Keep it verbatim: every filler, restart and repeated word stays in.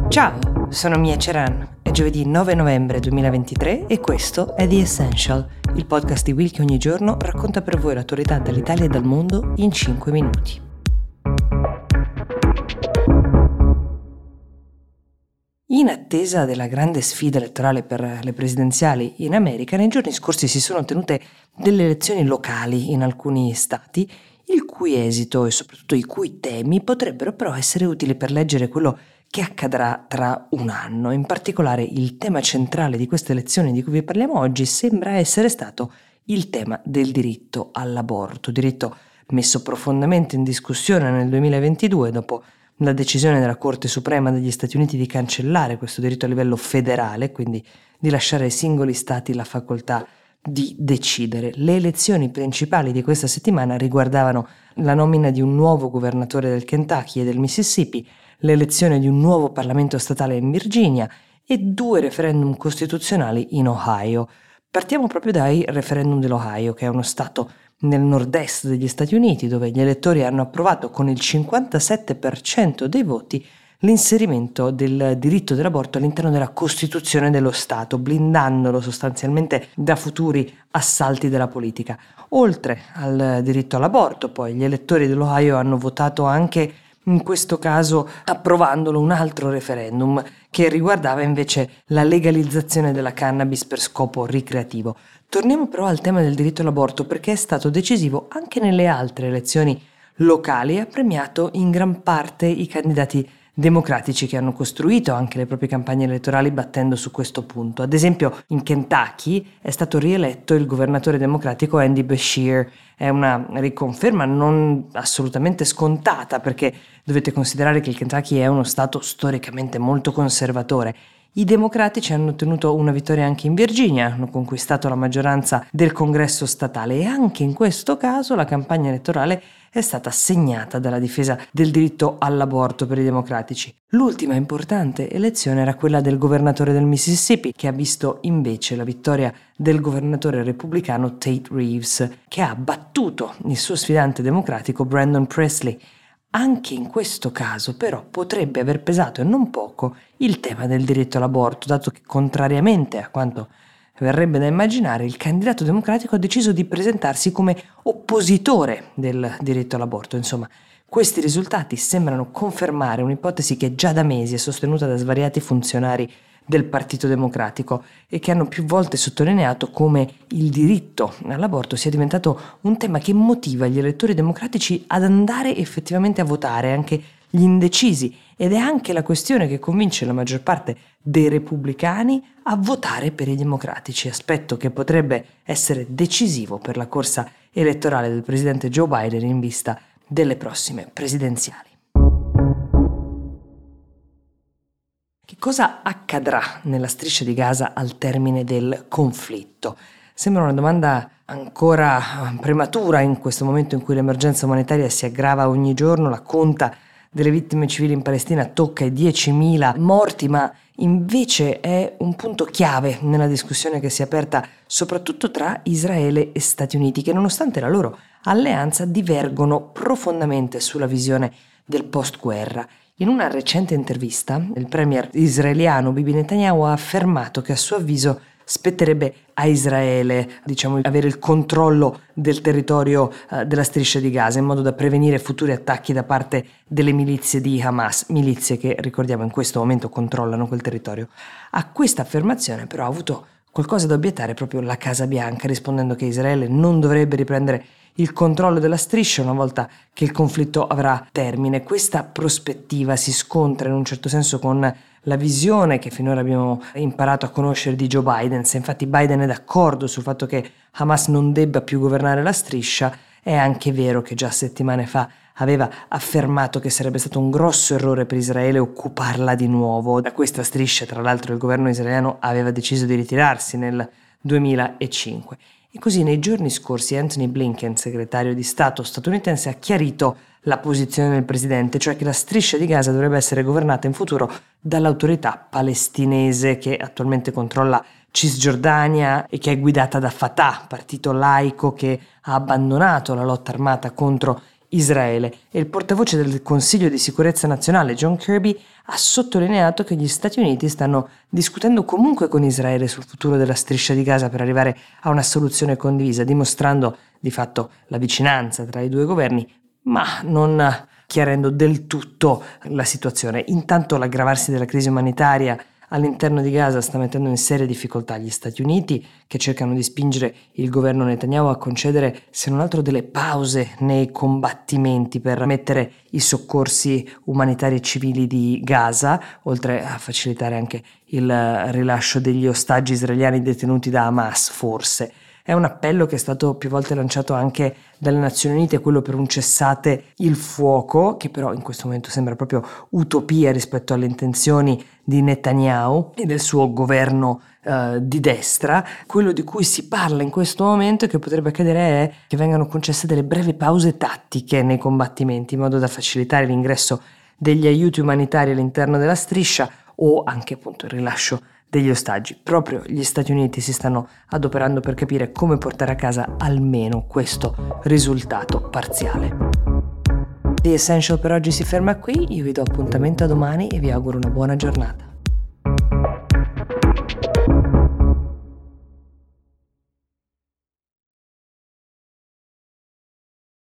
Ciao, sono Mia Ceran, è giovedì nove novembre duemilaventitré e questo è The Essential, il podcast di Will che ogni giorno racconta per voi l'attualità dall'Italia e dal mondo in cinque minuti. In attesa della grande sfida elettorale per le presidenziali in America, nei giorni scorsi si sono tenute delle elezioni locali in alcuni stati, il cui esito e soprattutto i cui temi potrebbero però essere utili per leggere quello che accadrà tra un anno. In particolare il tema centrale di queste elezioni di cui vi parliamo oggi sembra essere stato il tema del diritto all'aborto, diritto messo profondamente in discussione nel duemilaventidue dopo la decisione della Corte Suprema degli Stati Uniti di cancellare questo diritto a livello federale, quindi di lasciare ai singoli stati la facoltà di decidere. Le elezioni principali di questa settimana riguardavano la nomina di un nuovo governatore del Kentucky e del Mississippi, l'elezione di un nuovo Parlamento statale in Virginia e due referendum costituzionali in Ohio. Partiamo proprio dai referendum dell'Ohio, che è uno stato nel nord-est degli Stati Uniti, dove gli elettori hanno approvato con il cinquantasette per cento dei voti l'inserimento del diritto dell'aborto all'interno della Costituzione dello Stato, blindandolo sostanzialmente da futuri assalti della politica. Oltre al diritto all'aborto, poi, gli elettori dell'Ohio hanno votato anche in questo caso approvandolo un altro referendum che riguardava invece la legalizzazione della cannabis per scopo ricreativo. Torniamo però al tema del diritto all'aborto perché è stato decisivo anche nelle altre elezioni locali e ha premiato in gran parte i candidati democratici che hanno costruito anche le proprie campagne elettorali battendo su questo punto. Ad esempio in Kentucky è stato rieletto il governatore democratico Andy Beshear. È una riconferma non assolutamente scontata perché dovete considerare che il Kentucky è uno stato storicamente molto conservatore. I democratici hanno ottenuto una vittoria anche in Virginia, hanno conquistato la maggioranza del congresso statale e anche in questo caso la campagna elettorale è stata segnata dalla difesa del diritto all'aborto per i democratici. L'ultima importante elezione era quella del governatore del Mississippi, che ha visto invece la vittoria del governatore repubblicano Tate Reeves, che ha battuto il suo sfidante democratico Brandon Presley. Anche in questo caso però potrebbe aver pesato e non poco il tema del diritto all'aborto, dato che contrariamente a quanto verrebbe da immaginare, il candidato democratico ha deciso di presentarsi come oppositore del diritto all'aborto. Insomma, questi risultati sembrano confermare un'ipotesi che già da mesi è sostenuta da svariati funzionari del Partito Democratico e che hanno più volte sottolineato come il diritto all'aborto sia diventato un tema che motiva gli elettori democratici ad andare effettivamente a votare, anche gli indecisi, ed è anche la questione che convince la maggior parte dei repubblicani a votare per i democratici, aspetto che potrebbe essere decisivo per la corsa elettorale del presidente Joe Biden in vista delle prossime presidenziali. Che cosa accadrà nella striscia di Gaza al termine del conflitto? Sembra una domanda ancora prematura in questo momento in cui l'emergenza umanitaria si aggrava ogni giorno, la conta delle vittime civili in Palestina tocca i diecimila morti, ma invece è un punto chiave nella discussione che si è aperta soprattutto tra Israele e Stati Uniti, che nonostante la loro alleanza divergono profondamente sulla visione del post-guerra. In una recente intervista, il premier israeliano Bibi Netanyahu ha affermato che a suo avviso spetterebbe a Israele, diciamo, avere il controllo del territorio uh, della striscia di Gaza in modo da prevenire futuri attacchi da parte delle milizie di Hamas, milizie che, ricordiamo, in questo momento controllano quel territorio. A questa affermazione però ha avuto qualcosa da obiettare proprio la Casa Bianca, rispondendo che Israele non dovrebbe riprendere il controllo della striscia una volta che il conflitto avrà termine. Questa prospettiva si scontra in un certo senso con la visione che finora abbiamo imparato a conoscere di Joe Biden. Se infatti Biden è d'accordo sul fatto che Hamas non debba più governare la striscia, è anche vero che già settimane fa aveva affermato che sarebbe stato un grosso errore per Israele occuparla di nuovo. Da questa striscia, tra l'altro, il governo israeliano aveva deciso di ritirarsi nel duemilacinque. E così nei giorni scorsi Anthony Blinken, segretario di Stato statunitense, ha chiarito la posizione del presidente, cioè che la striscia di Gaza dovrebbe essere governata in futuro dall'autorità palestinese che attualmente controlla Cisgiordania e che è guidata da Fatah, partito laico che ha abbandonato la lotta armata contro Israele, e il portavoce del Consiglio di Sicurezza Nazionale John Kirby ha sottolineato che gli Stati Uniti stanno discutendo comunque con Israele sul futuro della striscia di Gaza per arrivare a una soluzione condivisa, dimostrando di fatto la vicinanza tra i due governi, ma non chiarendo del tutto la situazione. Intanto l'aggravarsi della crisi umanitaria all'interno di Gaza sta mettendo in serie difficoltà gli Stati Uniti, che cercano di spingere il governo Netanyahu a concedere se non altro delle pause nei combattimenti per mettere i soccorsi umanitari e civili di Gaza, oltre a facilitare anche il rilascio degli ostaggi israeliani detenuti da Hamas, forse. È un appello che è stato più volte lanciato anche dalle Nazioni Unite, quello per un cessate il fuoco, che però in questo momento sembra proprio utopia rispetto alle intenzioni di Netanyahu e del suo governo eh, di destra. Quello di cui si parla in questo momento e che potrebbe accadere è che vengano concesse delle brevi pause tattiche nei combattimenti, in modo da facilitare l'ingresso degli aiuti umanitari all'interno della striscia o anche appunto il rilascio degli ostaggi. Proprio gli Stati Uniti si stanno adoperando per capire come portare a casa almeno questo risultato parziale. The Essential per oggi si ferma qui, io vi do appuntamento a domani e vi auguro una buona giornata.